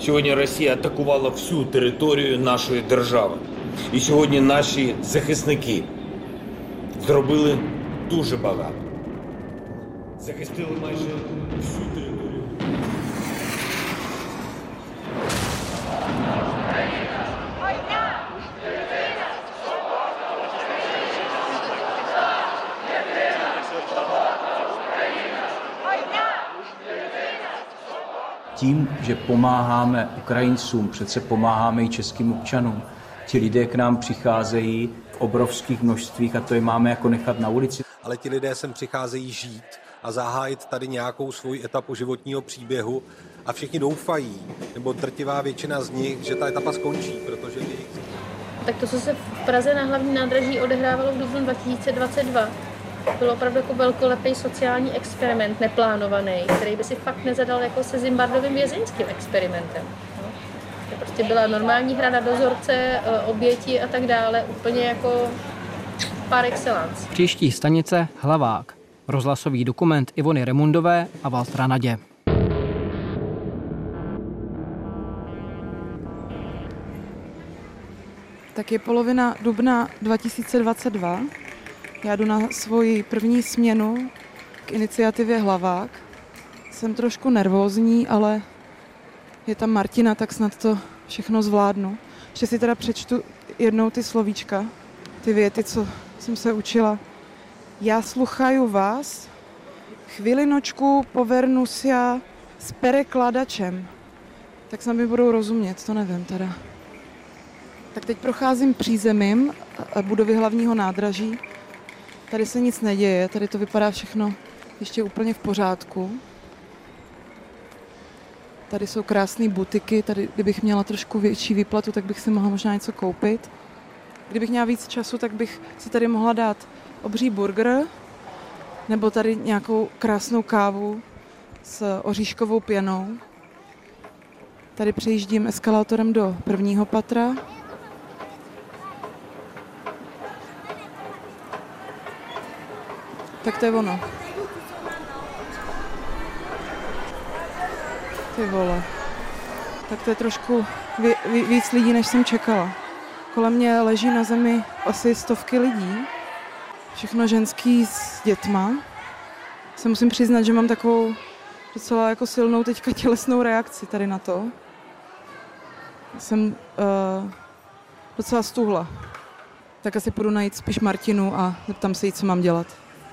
Сьогодні Росія атакувала всю територію нашої держави. І сьогодні наші захисники зробили дуже багато. Захистили майже всю територію. Tím, že pomáháme Ukrajincům, přece pomáháme i českým občanům. Ti lidé k nám přicházejí v obrovských množstvích a to je máme jako nechat na ulici. Ale ti lidé sem přicházejí žít a zahájit tady nějakou svoji etapu životního příběhu a všichni doufají, nebo drtivá většina z nich, že ta etapa skončí, protože jejich... Tak to, co se v Praze na hlavním nádraží odehrávalo v dubnu 2022, byl opravdu jako velkolepý sociální experiment, neplánovaný, který by si fakt nezadal jako se Zimbabwevým vězeňským experimentem. No. To prostě byla normální hra na dozorce, oběti a tak dále, úplně jako par excellence. Příští stanice Hlavák. Rozhlasový dokument Ivony Remundové a Valtra Nadě. Tak je polovina dubna 2022. Já jdu na svoji první směnu k iniciativě Hlavák. Jsem trošku nervózní, ale je tam Martina, tak snad to všechno zvládnu. Ještě si teda přečtu jednou ty slovíčka, ty věty, co jsem se učila. Já sluchaju vás, chvilinočku povernu se s perekladačem. Tak snad mi budou rozumět, to nevím teda. Tak teď procházím přízemím budovy hlavního nádraží. Tady se nic neděje, tady to vypadá všechno ještě úplně v pořádku. Tady jsou krásné butiky, tady kdybych měla trošku větší výplatu, tak bych si mohla možná něco koupit. Kdybych měla víc času, tak bych si tady mohla dát obří burger nebo tady nějakou krásnou kávu s oříškovou pěnou. Tady přejíždím eskalátorem do prvního patra. Tak to je ono. Ty vole. Tak to je trošku víc lidí, než jsem čekala. Kolem mě leží na zemi asi 100 lidí. Všechno ženský s dětma. Se musím přiznat, že mám takovou docela jako silnou teďka tělesnou reakci tady na to. Jsem docela stuhla. Tak asi půjdu najít spíš Martinu a zeptám se jí, co mám dělat.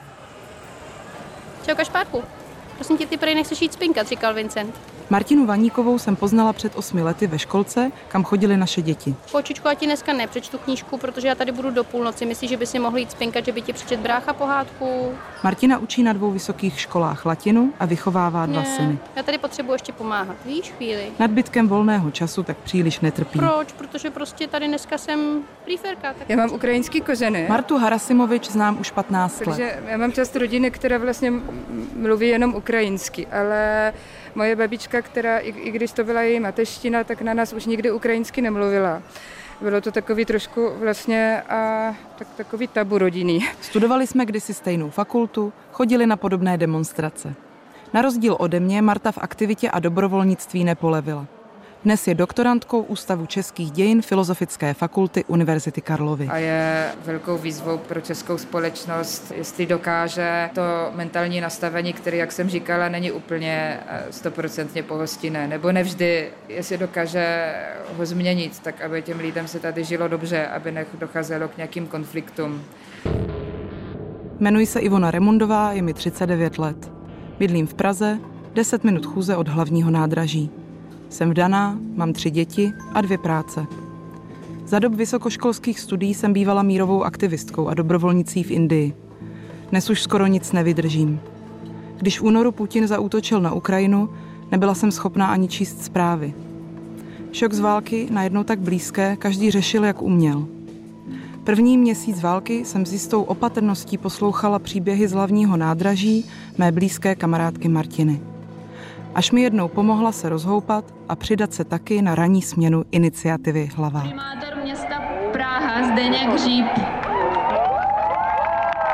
Čau Kašpárku, prosím tě, ty prej nechceš jít spinkat, říkal Vincent. Martinu Vaníkovou jsem poznala před 8 lety ve školce, kam chodily naše děti. Počučku, já ti dneska nepřečtu knížku, protože já tady budu do půlnoci. Myslíš, že by si mohl jít spinkat, že by ti přečet brácha pohádku? Martina učí na 2 vysokých školách latinu a vychovává 2 syny. Já tady potřebuji ještě pomáhat, víš, chvíli. Nadbytkem volného času tak příliš netrpí. Proč? Protože prostě tady dneska jsem prýferka. Tak... Já mám ukrajinský kořeny. Martu Harasimovič znám už 15 let. Takže já mám část rodiny, která vlastně mluví jenom ukrajinsky, ale moje babička, která, i když to byla její mateřština, tak na nás už nikdy ukrajinsky nemluvila. Bylo to takový trošku vlastně takový tabu rodinný. Studovali jsme kdysi stejnou fakultu, chodili na podobné demonstrace. Na rozdíl ode mě Marta v aktivitě a dobrovolnictví nepolevila. Dnes je doktorantkou Ústavu českých dějin Filozofické fakulty Univerzity Karlovy. A je velkou výzvou pro českou společnost, jestli dokáže to mentální nastavení, které, jak jsem říkala, není úplně 100% pohostinné, nebo nevždy, jestli dokáže ho změnit, tak aby těm lidem se tady žilo dobře, aby nedocházelo k nějakým konfliktům. Jmenuji se Ivona Remundová, je mi 39 let. Bydlím v Praze, 10 minut chůze od hlavního nádraží. Jsem vdaná, mám 3 děti a 2 práce. Za dob vysokoškolských studií jsem bývala mírovou aktivistkou a dobrovolnicí v Indii. Dnes už skoro nic nevydržím. Když v únoru Putin zaútočil na Ukrajinu, nebyla jsem schopná ani číst zprávy. Šok z války, najednou tak blízké, každý řešil, jak uměl. První měsíc války jsem s jistou opatrností poslouchala příběhy z hlavního nádraží mé blízké kamarádky Martiny. Až mi jednou pomohla se rozhoupat a přidat se taky na ranní směnu iniciativy Hlavák. Primátor města Praha Zdeněk Hříb. Já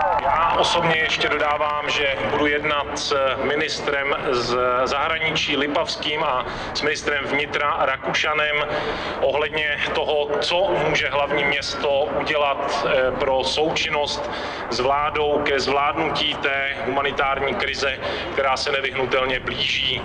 Já osobně ještě dodávám, že budu jednat s ministrem z zahraničí Lipavským a s ministrem vnitra Rakušanem ohledně toho, co může hlavní město udělat pro součinnost s vládou ke zvládnutí té humanitární krize, která se nevyhnutelně blíží.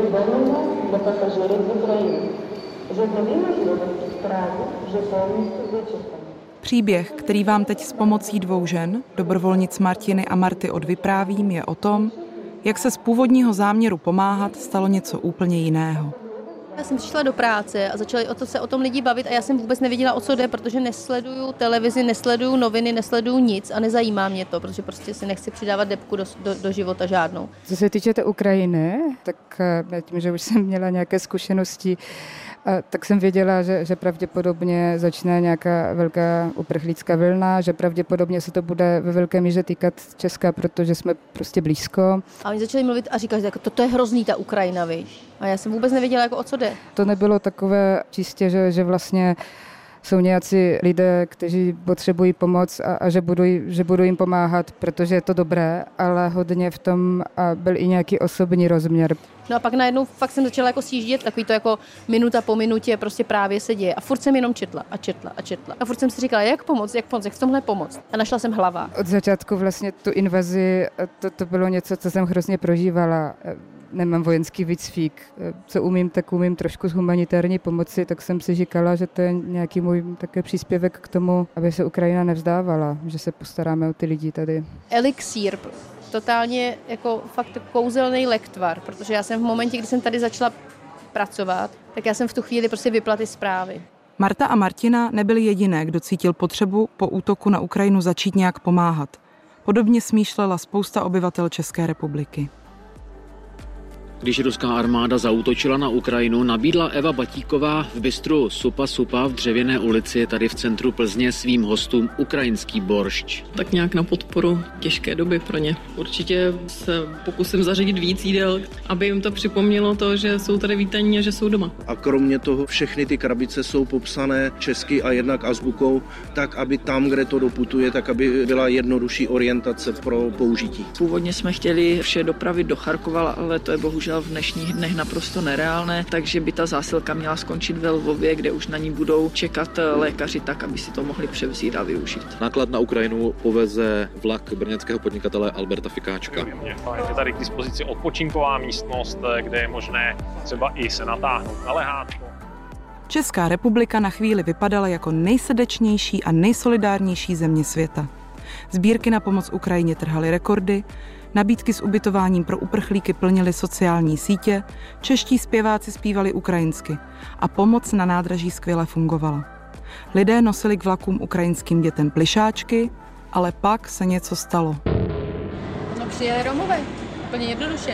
Příběh, který vám teď s pomocí 2 žen, dobrovolnic Martiny a Marty odvyprávím, je o tom, jak se z původního záměru pomáhat stalo něco úplně jiného. Já jsem přišla do práce a začali se o tom lidi bavit a já jsem vůbec nevěděla, o co jde, protože nesleduju televizi, nesleduju noviny, nesleduju nic a nezajímá mě to, protože prostě si nechci přidávat debku do života žádnou. Co se týče té Ukrajiny, tak tím, že už jsem měla nějaké zkušenosti, tak jsem věděla, že pravděpodobně začne nějaká velká uprchlícká vlna, že pravděpodobně se to bude ve velké míře týkat Česka, protože jsme prostě blízko. A oni začali mluvit a říkali, jako toto je hrozný, ta Ukrajina, víš. A já jsem vůbec nevěděla, jako o co jde. To nebylo takové čistě, že vlastně jsou nějací lidé, kteří potřebují pomoc a že budu jim pomáhat, protože je to dobré, ale hodně v tom byl i nějaký osobní rozměr. No a pak najednou fakt jsem začala jako sjíždět, takový to jako minuta po minutě prostě právě se děje. A furt jsem jenom četla. A furt jsem si říkala, jak pomoct, jak v tomhle pomoct. A našla jsem Hlavák. Od začátku vlastně tu invazi, to bylo něco, co jsem hrozně prožívala. Nemám vojenský výcvik. Co umím, tak umím trošku z humanitární pomoci, tak jsem si říkala, že to je nějaký můj také příspěvek k tomu, aby se Ukrajina nevzdávala, že se postaráme o ty lidi tady. Elixír, totálně jako fakt kouzelný lektvar, protože já jsem v momentě, kdy jsem tady začala pracovat, tak já jsem v tu chvíli prostě vypla ty zprávy. Marta a Martina nebyly jediné, kdo cítil potřebu po útoku na Ukrajinu začít nějak pomáhat. Podobně smýšlela spousta obyvatel České republiky. Když ruská armáda zaútočila na Ukrajinu, nabídla Eva Batíková v bistru Supa Supa v Dřevěné ulici tady v centru Plzně svým hostům ukrajinský boršč. Tak nějak na podporu těžké doby pro ně. Určitě se pokusím zařadit víc jídel, aby jim to připomnělo to, že jsou tady vítaní a že jsou doma. A kromě toho všechny ty krabice jsou popsané česky a jednak azbukou, tak aby tam, kde to doputuje, tak aby byla jednodušší orientace pro použití. Původně jsme chtěli vše dopravit do Charkova, ale to je bohužel v dnešních dnech naprosto nereálné, takže by ta zásilka měla skončit ve Lvově, kde už na ní budou čekat lékaři tak, aby si to mohli převzít a využít. Náklad na Ukrajinu poveze vlak brněnského podnikatele Alberta Fikáčka. Je tady k dispozici odpočinková místnost, kde je možné třeba i se natáhnout na lehátko. Česká republika na chvíli vypadala jako nejsrdečnější a nejsolidárnější země světa. Sbírky na pomoc Ukrajině trhaly rekordy, nabídky s ubytováním pro uprchlíky plnily sociální sítě, čeští zpěváci zpívali ukrajinsky a pomoc na nádraží skvěle fungovala. Lidé nosili k vlakům ukrajinským dětem plyšáčky, ale pak se něco stalo. No přijeli Romové, úplně jednoduše.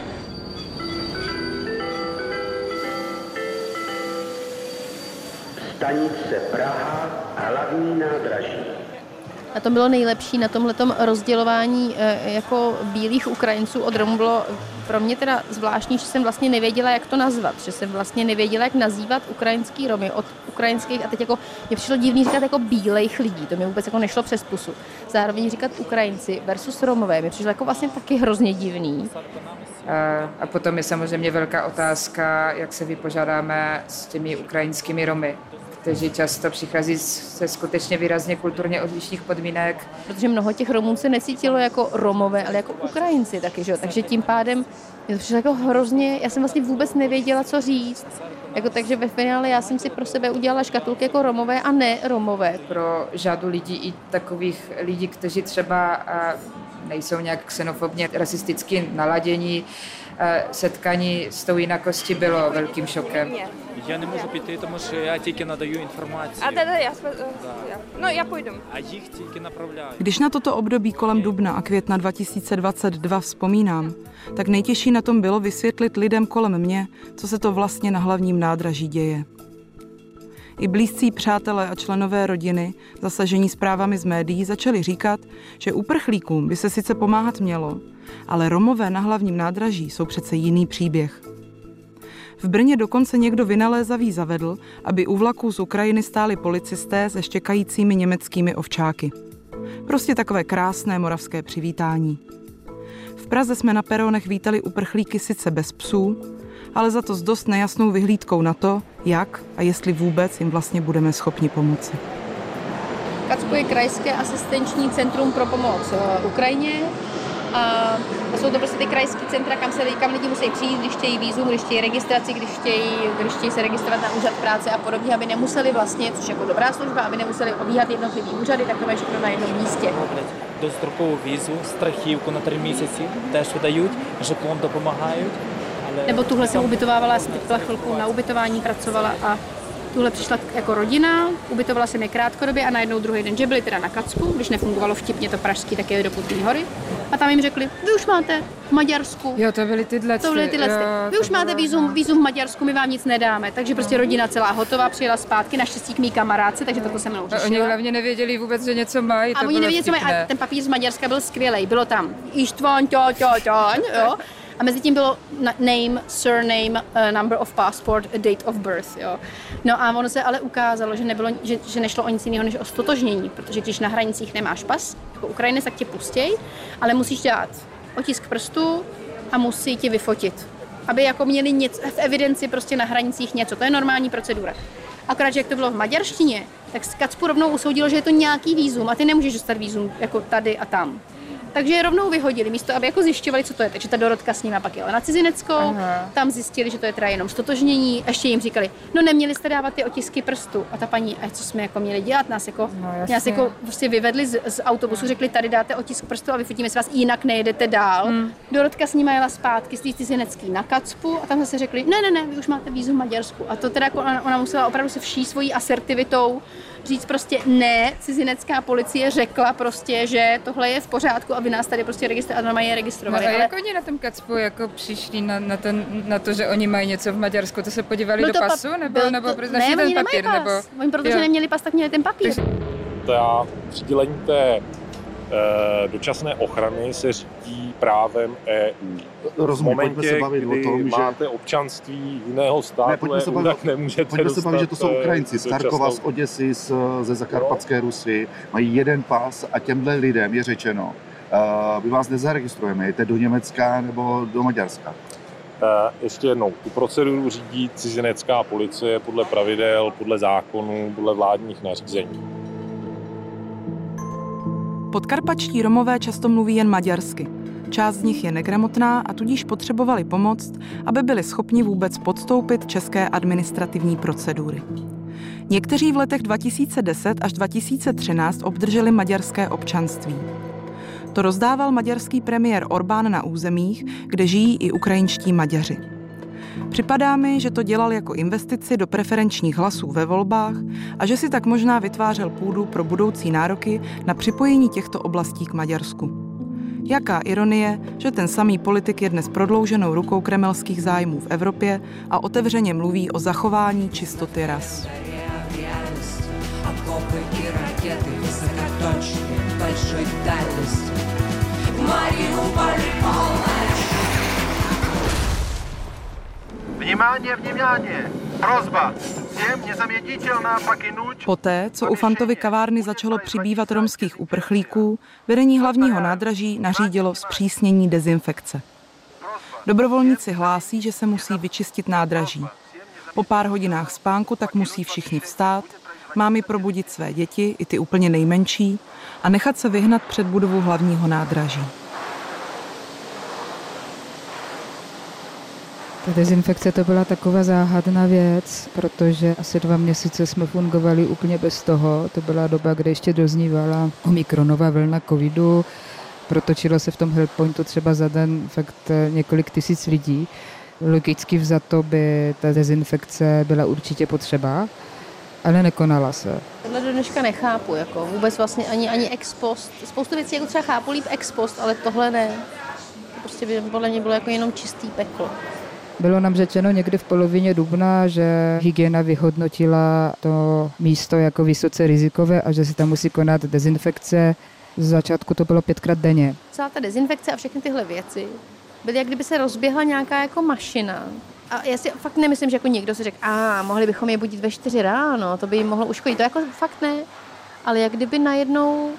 Stanice Praha, hlavní nádraží. A to bylo nejlepší na tomhletom rozdělování jako bílých Ukrajinců od Romů bylo pro mě teda zvláštní, že jsem vlastně nevěděla, jak to nazvat, že jsem vlastně nevěděla, jak nazývat ukrajinský Romy od ukrajinských a teď jako mě přišlo divný říkat jako bílejch lidí, to mi vůbec jako nešlo přes pusu. Zároveň říkat Ukrajinci versus Romové mi přišlo jako vlastně taky hrozně divný. A potom je samozřejmě velká otázka, jak se vypořádáme s těmi ukrajinskými Romy, kteří často přichází se skutečně výrazně kulturně odlišných podmínek. Protože mnoho těch Romů se necítilo jako Romové, ale jako Ukrajinci taky, že? Takže tím pádem je to přišlo jako hrozně, já jsem vlastně vůbec nevěděla, co říct. Jako, takže ve finále já jsem si pro sebe udělala škatulky jako Romové a ne Romové. Pro řadu lidí i takových lidí, kteří třeba nejsou nějak xenofobně rasisticky naladění, setkání s tou jinakostí bylo velkým šokem. Я не можу піти, тому що я тільки надаю інформацію. Я пойду. А їх тільки направляю. Když na toto období kolem dubna a května 2022 vzpomínám, tak nejtěžší na tom bylo vysvětlit lidem kolem mě, co se to vlastně na hlavním nádraží děje. I blízcí přátelé a členové rodiny, zasažení zprávami z médií, začali říkat, že uprchlíkům by se sice pomáhat mělo, ale Romové na hlavním nádraží jsou přece jiný příběh. V Brně dokonce někdo vynalézavý zavedl, aby u vlaků z Ukrajiny stáli policisté se štěkajícími německými ovčáky. Prostě takové krásné moravské přivítání. V Praze jsme na peronech vítali uprchlíky sice bez psů, ale za to s dost nejasnou vyhlídkou na to, jak a jestli vůbec jim vlastně budeme schopni pomoci. KACPU je krajské asistenční centrum pro pomoc Ukrajině. A jsou to prostě ty krajské centra, kam lidi musí přijít, když chtějí vízum, když chtějí registraci, když chtějí se registrovat na úřad práce a podobně, aby nemuseli vlastně, což jako dobrá služba, aby nemuseli obíhat jednotlivý úřady, tak to je všechno na jednom místě. Дострокову візу, страхівку на 3 місяці теж видають, житлом допомагають. Nebo tuhle jsem ubytovávala, já jsem teď byla chvilku na ubytování, pracovala a tuhle přišla jako rodina, ubytovala jsem je krátkodobě a najednou druhý den, že byli teda na KACPU, když nefungovalo vtipně to pražský, tak jeli do Kutní Hory. A tam jim řekli, vy už máte v Maďarsku. Jo, to byly tyhle. Vy už máte vízum v Maďarsku, my vám nic nedáme. Takže prostě rodina celá hotová, přijela zpátky, naštěstí k mý kamarádce, takže toto se mnou řešila. Oni hlavně nevěděli vůbec, že něco mají. A oni nevěděli, co mají. A ten papír z Maďarska byl skvělej. Bylo tam Istvan, jo. A mezi tím bylo name, surname, number of passport, date of birth, jo. No a ono se ale ukázalo, že nešlo o nic jiného než o stotožnění, protože když na hranicích nemáš pas, jako Ukrajinec, tak tě pustěj, ale musíš dát otisk prstu a musí ti vyfotit, aby jako měli něco v evidenci prostě na hranicích něco. To je normální procedura. Akorát, že jak to bylo v maďarštině, tak KACPU rovnou usoudilo, že je to nějaký vízum a ty nemůžeš dostat vízum jako tady a tam. Takže je rovnou vyhodili, místo aby jako zjišťovali, co to je. Takže ta Dorotka s nima pak jela na cizineckou, tam zjistili, že to je teda jenom stotožnění, ještě jim říkali, no neměli jste dávat ty otisky prstu. A ta paní, a co jsme jako měli dělat, nás jako prostě vyvedli z autobusu, řekli, tady dáte otisk prstu a vyfotíme si vás, jinak nejedete dál. Dorotka s nima jela zpátky z té cizinecký na KACPU a tam zase řekli, ne, vy už máte vízum v Maďarsku. A to teda jako ona musela opravdu se vší svojí asertivitou říct prostě ne, cizinecká policie řekla prostě, že tohle je v pořádku, aby nás tady prostě registrovali. No a jak oni na tom KACPU jako přišli na to, že oni mají něco v Maďarsku, to se podívali do pasu, nebo našli ten papír? Nebo... Oni protože neměli pas, tak měli ten papír. Přidělení té dočasné ochrany se řídí právem EU. Rozumím, v momentě, kdy máte občanství jiného státu, tak nemůžete pojďme se bavit, že to jsou Ukrajinci z Charkova, z Oděsy, ze Zakarpatské Rusy, mají jeden pas a těmhle lidem je řečeno, my vás nezaregistrujeme, jdete do Německa nebo do Maďarska. Ještě jednou, tu proceduru řídí cizinecká policie podle pravidel, podle zákonů, podle vládních nařízení. Podkarpatští Romové často mluví jen maďarsky. Část z nich je negramotná a tudíž potřebovali pomoc, aby byli schopni vůbec podstoupit české administrativní procedury. Někteří v letech 2010 až 2013 obdrželi maďarské občanství. To rozdával maďarský premiér Orbán na územích, kde žijí i ukrajinští Maďaři. Připadá mi, že to dělal jako investici do preferenčních hlasů ve volbách a že si tak možná vytvářel půdu pro budoucí nároky na připojení těchto oblastí k Maďarsku. Jaká ironie, že ten samý politik je dnes prodlouženou rukou kremelských zájmů v Evropě a otevřeně mluví o zachování čistoty ras. Vnímání, prosba, всем незамедлительно покинуть. Poté, co u Fantovy kavárny začalo přibývat romských uprchlíků, vedení hlavního nádraží nařídilo zpřísnění dezinfekce. Dobrovolníci hlásí, že se musí vyčistit nádraží. Po pár hodinách spánku tak musí všichni vstát, mámy probudit své děti, i ty úplně nejmenší, a nechat se vyhnat před budovu hlavního nádraží. Ta dezinfekce to byla taková záhadná věc, protože asi 2 měsíce jsme fungovali úplně bez toho. To byla doba, kdy ještě doznívala omikronová vlna covidu. Protočilo se v tom Helppointu třeba za den fakt několik tisíc lidí. Logicky vzato by ta dezinfekce byla určitě potřeba, ale nekonala se. Tohle do dneška nechápu, jako vůbec vlastně ani ex post. Spoustu věcí jako třeba chápu líp ex post, ale tohle ne. To prostě by podle mě bylo jako jenom čistý peklo. Bylo nám řečeno někdy v polovině dubna, že hygiena vyhodnotila to místo jako vysoce rizikové a že se tam musí konat dezinfekce. Z začátku to bylo 5krát denně. Celá ta dezinfekce a všechny tyhle věci byly, jak kdyby se rozběhla nějaká jako mašina. A já si fakt nemyslím, že jako někdo si řekl, mohli bychom je budit ve 4 ráno, to by jim mohlo uškodit. To jako fakt ne. Ale jak kdyby najednou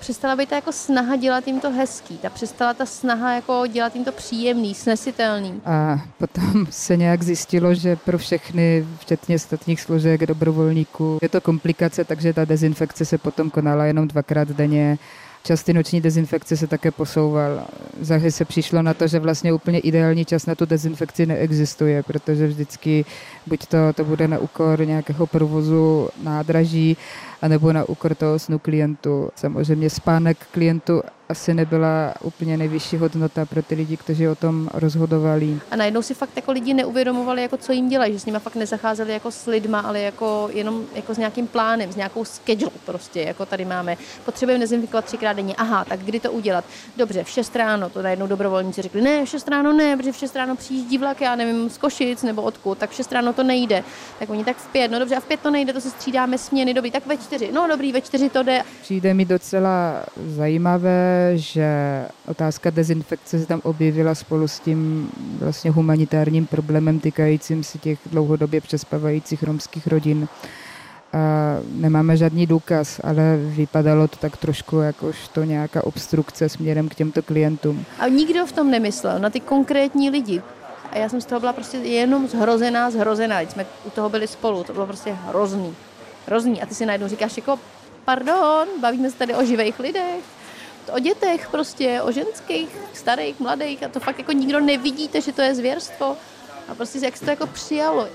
přestala být ta jako snaha dělat jim to hezký, přestala ta snaha jako dělat jim to příjemný, snesitelný. A potom se nějak zjistilo, že pro všechny, včetně statních složek, dobrovolníků, je to komplikace, takže ta dezinfekce se potom konala jenom 2krát denně. Čas ty noční dezinfekce se také posouval. Záhy se přišlo na to, že vlastně úplně ideální čas na tu dezinfekci neexistuje, protože vždycky buď to bude na úkor nějakého provozu nádraží, anebo na úkor toho snu klientů. Samozřejmě spánek klientů asi nebyla úplně nejvyšší hodnota pro ty lidi, kteří o tom rozhodovali. A najednou si fakt jako lidi neuvědomovali, jako co jim dělají, že s nimi fakt nezacházeli jako s lidma, ale jako jenom jako s nějakým plánem, s nějakou schedule prostě, jako tady máme. Potřebujeme dezinfikovat 3krát denně. Aha, tak kdy to udělat? Dobře, v 6 ráno, to najednou dobrovolníci řekli, ne, v 6 ráno ne, protože v 6 ráno přijíždí vlak, já nevím, z Košic nebo odkud, tak v 6 ráno to nejde. Tak oni tak v 5, no dobře, a v 5 to nejde, to se střídáme směny, dobrý, tak ve 4, no dobrý, ve 4 to jde. Přijde mi docela zajímavé, že otázka dezinfekce se tam objevila spolu s tím vlastně humanitárním problémem týkajícím se těch dlouhodobě přespávajících romských rodin. A nemáme žádný důkaz, ale vypadalo to tak trošku jakožto nějaká obstrukce směrem k těmto klientům. A nikdo v tom nemyslel, na ty konkrétní lidi. A já jsem z toho byla prostě jenom zhrozená. Teď jsme u toho byli spolu, to bylo prostě hrozný. A ty si najednou říkáš jako, pardon, bavíme se tady o živých lidech, o dětech prostě, o ženských, starých, mladých a to fakt jako nikdo nevidíte, že to je zvěrstvo. A prostě jak se to jako přijalo.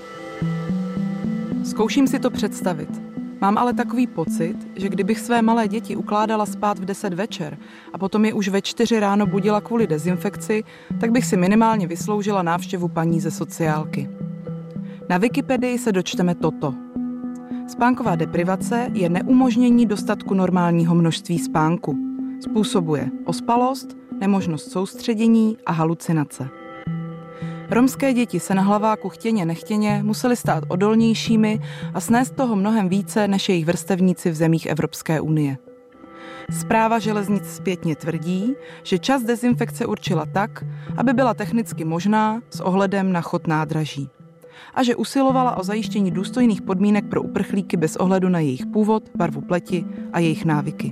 Zkouším si to představit. Mám ale takový pocit, že kdybych své malé děti ukládala spát v 10 večer a potom je už ve 4 ráno budila kvůli dezinfekci, tak bych si minimálně vysloužila návštěvu paní ze sociálky. Na Wikipedii se dočteme toto. Spánková deprivace je neumožnění dostatku normálního množství spánku. Způsobuje ospalost, nemožnost soustředění a halucinace. Romské děti se na Hlaváku chtěně nechtěně museli stát odolnějšími a snést toho mnohem více než jejich vrstevníci v zemích Evropské unie. Správa železnic zpětně tvrdí, že čas dezinfekce určila tak, aby byla technicky možná s ohledem na chod nádraží. A že usilovala o zajištění důstojných podmínek pro uprchlíky bez ohledu na jejich původ, barvu pleti a jejich návyky.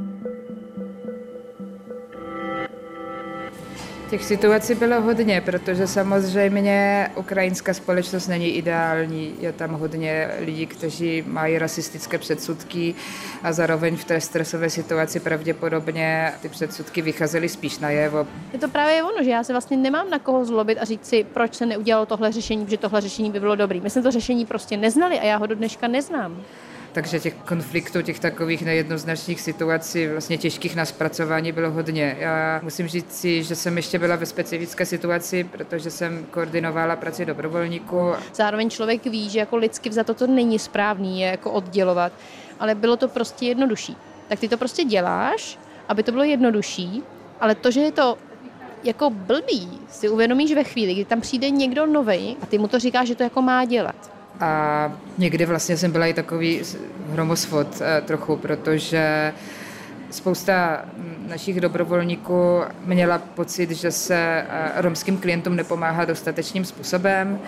Těch situací bylo hodně, protože samozřejmě ukrajinská společnost není ideální. Je tam hodně lidí, kteří mají rasistické předsudky a zároveň v té stresové situaci pravděpodobně ty předsudky vycházely spíš najevo. Je to právě ono, že já se vlastně nemám na koho zlobit a říct si, proč se neudělalo tohle řešení, protože tohle řešení by bylo dobrý. My jsme to řešení prostě neznali a já ho do dneška neznám. Takže těch konfliktů, těch takových nejednoznačných situací, vlastně těžkých na zpracování bylo hodně. Já musím říct si, že jsem ještě byla ve specifické situaci, protože jsem koordinovala práci dobrovolníků. Zároveň člověk ví, že jako lidsky vzato to není správný, je jako oddělovat, ale bylo to prostě jednodušší. Tak ty to prostě děláš, aby to bylo jednodušší, ale to, že je to jako blbý, si uvědomíš ve chvíli, kdy tam přijde někdo novej a ty mu to říkáš, že to jako má dělat. A někdy vlastně jsem byla i takový hromosvod trochu, protože spousta našich dobrovolníků měla pocit, že se romským klientům nepomáhá dostatečným způsobem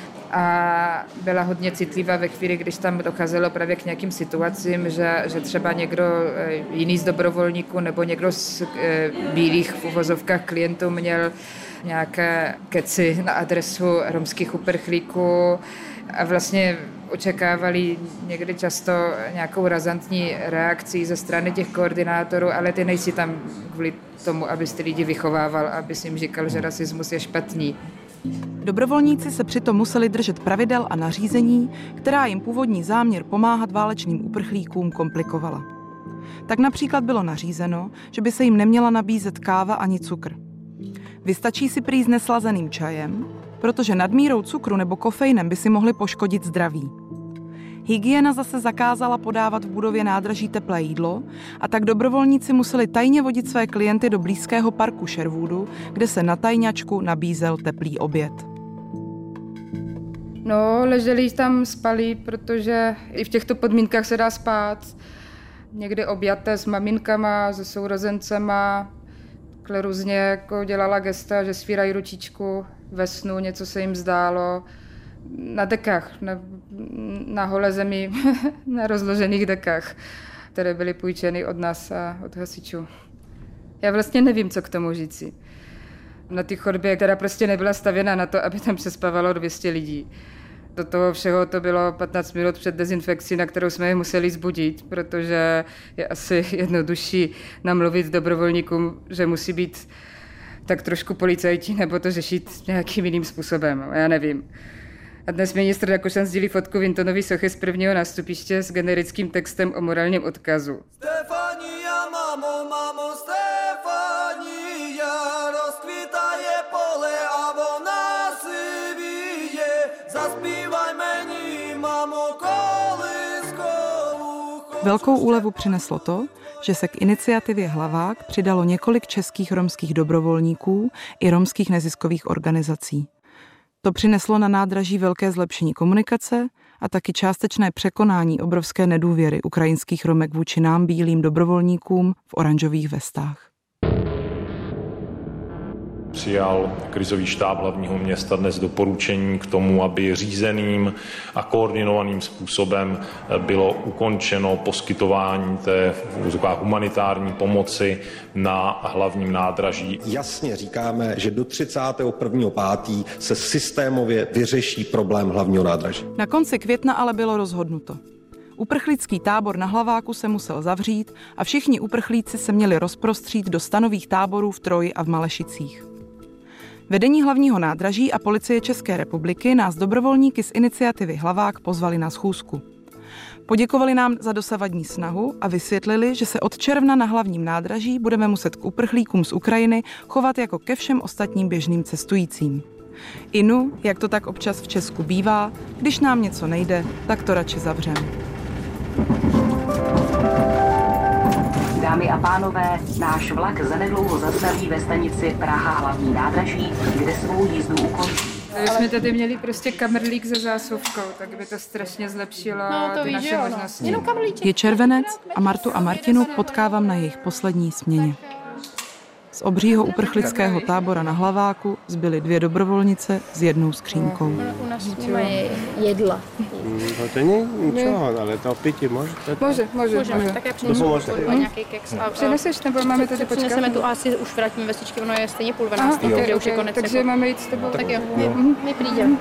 a byla hodně citlivá ve chvíli, když tam docházelo právě k nějakým situacím, že třeba někdo jiný z dobrovolníků nebo někdo z bílých v uvozovkách klientů měl nějaké keci na adresu romských uprchlíků a vlastně očekávali někdy často nějakou razantní reakci ze strany těch koordinátorů, ale ty nejsi tam kvůli tomu, abys ty lidi vychovával, abys jim říkal, že rasismus je špatný. Dobrovolníci se přitom museli držet pravidel a nařízení, která jim původní záměr pomáhat válečným uprchlíkům komplikovala. Tak například bylo nařízeno, že by se jim neměla nabízet káva ani cukr. Vystačí si prý s neslazeným čajem, protože nadmírou cukru nebo kofeinem by si mohli poškodit zdraví. Hygiena zase zakázala podávat v budově nádraží teplé jídlo a tak dobrovolníci museli tajně vodit své klienty do blízkého parku Sherwoodu, kde se na tajňačku nabízel teplý oběd. No, leželi tam, spali, protože i v těchto podmínkách se dá spát. Někdy objaté s maminkama, se sourozencema. Takhle různě jako dělala gesta, že svírají ručičku ve snu, něco se jim zdálo. Na dekách, na holé zemi, na rozložených dekách. které byly půjčeny od nás a od hasičů. Já vlastně nevím, co k tomu říci. Na té chodbě, která prostě nebyla stavěna na to, aby tam přespávalo 200 lidí. Do toho všeho to bylo 15 minut před dezinfekcí, na kterou jsme je museli zbudit, protože je asi jednodušší namluvit dobrovolníkům, že musí být tak trošku policajti, nebo to řešit nějakým jiným způsobem. Já nevím. A dnes ministr Rakušan sdílí fotku Vintonovy sochy z prvního nástupiště s generickým textem o morálním odkazu. Stefania, mamo, Stefania, rozkvitaje pole a ona sivíje. Zaspívaj mení, mamo, kolyskovou. Velkou úlevu přineslo to, že se k iniciativě Hlavák přidalo několik českých romských dobrovolníků i romských neziskových organizací. To přineslo na nádraží velké zlepšení komunikace a taky částečné překonání obrovské nedůvěry ukrajinských Romek vůči nám, bílým dobrovolníkům v oranžových vestách. Přijal krizový štáb hlavního města dnes doporučení k tomu, aby řízeným a koordinovaným způsobem bylo ukončeno poskytování té humanitární pomoci na hlavním nádraží. Jasně říkáme, že do 31.5. se systémově vyřeší problém hlavního nádraží. Na konci května ale bylo rozhodnuto. Uprchlický tábor na Hlaváku se musel zavřít a všichni uprchlíci se měli rozprostřít do stanových táborů v Troji a v Malešicích. Vedení hlavního nádraží a policie České republiky nás dobrovolníky z iniciativy Hlavák pozvali na schůzku. Poděkovali nám za dosavadní snahu a vysvětlili, že se od června na hlavním nádraží budeme muset k uprchlíkům z Ukrajiny chovat jako ke všem ostatním běžným cestujícím. Inu, jak to tak občas v Česku bývá, když nám něco nejde, tak to radši zavřeme. Dámy a pánové, náš vlak zanedlouho zastaví ve stanici Praha hlavní nádraží, kde svou jízdu ukončí. My jsme tady měli prostě kamerlík se zásuvkou, tak by to strašně zlepšilo ty naše možnosti. Je červenec a Martu a Martinu potkávám na jejich poslední směně. Z obřího uprchlického tábora na Hlaváku zbyly 2 dobrovolnice s 1 skřínkou. U nás mají jedla. To není ničeho, ale to pití může. Můžeme. Tak já přinesu nějaký keks. Přineseš, nebo máme tady počkat? Přineseme tu a asi už vrátíme vestičky, ono je stejně půl 12, takže už je konec. Takže máme jít s tebou. Tak jo, my přijdeme.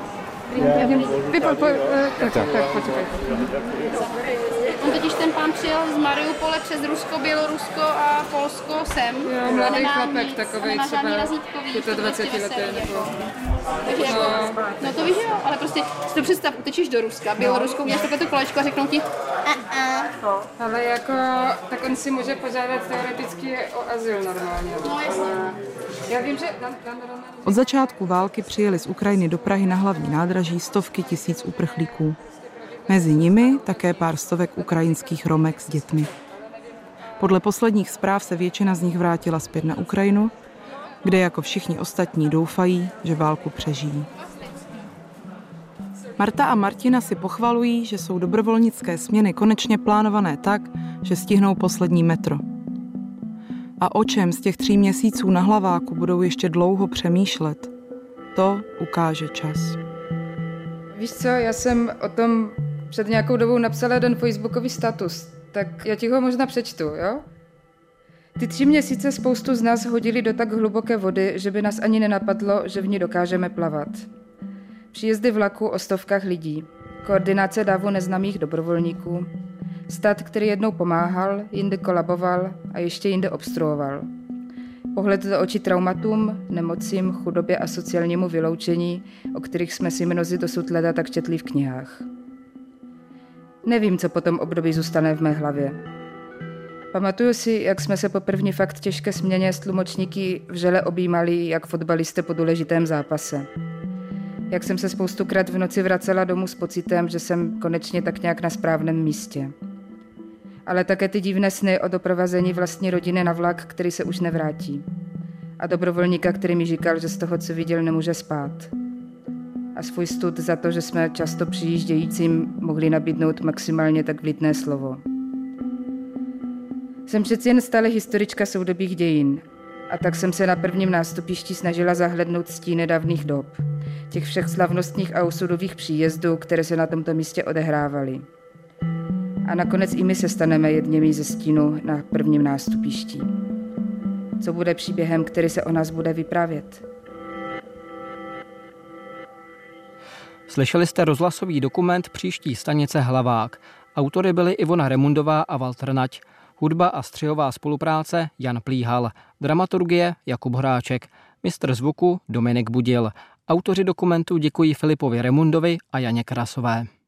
Tak, počkej. On totiž ten pán přijel z Mariupole přes Rusko, Bělorusko a Polsko sem. Jo, mladý chlapek takovej třeba, je to 20 leté nebo... No to víš, jo, ale prostě si to představ, utečeš do Ruska, Bělorusko, uděláš takové to kolečko a řeknou ti Ale jako, tak on si může požádat teoreticky o azyl normálně. No jasně. Já vím, že... Od začátku války přijeli z Ukrajiny do Prahy na hlavní nádraží stovky tisíc uprchlíků. Mezi nimi také pár stovek ukrajinských Romek s dětmi. Podle posledních zpráv se většina z nich vrátila zpět na Ukrajinu, kde jako všichni ostatní doufají, že válku přežijí. Marta a Martina si pochvalují, že jsou dobrovolnické směny konečně plánované tak, že stihnou poslední metro. A o čem z těch 3 měsíců na Hlaváku budou ještě dlouho přemýšlet, to ukáže čas. Víš co, já jsem o tom před nějakou dobou napsala jeden facebookový status, tak já ti ho možná přečtu, jo? Ty 3 měsíce spoustu z nás hodili do tak hluboké vody, že by nás ani nenapadlo, že v ní dokážeme plavat. Příjezdy vlaku o stovkách lidí, koordinace dávu neznámých dobrovolníků, stát, který jednou pomáhal, jinde kolaboval a ještě jinde obstruoval. Pohled do očí traumatům, nemocím, chudobě a sociálnímu vyloučení, o kterých jsme si mnozí dosud leda tak četli v knihách. Nevím, co po tom období zůstane v mé hlavě. Pamatuju si, jak jsme se po první fakt těžké směně s tlumočníky vřele objímali jak fotbalisté po důležitém zápase. Jak jsem se spoustukrát v noci vracela domů s pocitem, že jsem konečně tak nějak na správném místě. Ale také ty divné sny o doprovázení vlastní rodiny na vlak, který se už nevrátí. A dobrovolníka, který mi říkal, že z toho, co viděl, nemůže spát. A svůj stud za to, že jsme často přijíždějícím mohli nabídnout maximálně tak vlítné slovo. Jsem přeci jen stále historička soudobých dějin. A tak jsem se na prvním nástupišti snažila zahlednout stíny dávných dob. Těch všech slavnostních a osudových příjezdů, které se na tomto místě odehrávaly. A nakonec i my se staneme jedněmi ze stínů na prvním nástupišti. Co bude příběhem, který se o nás bude vyprávět? Slyšeli jste rozhlasový dokument Příští stanice Hlavák. Autory byly Ivona Remundová a Walter Nať. Hudba a střihová spolupráce Jan Plíhal. Dramaturgie Jakub Hráček. Mistr zvuku Dominik Budil. Autoři dokumentu děkují Filipovi Remundovi a Janě Krasové.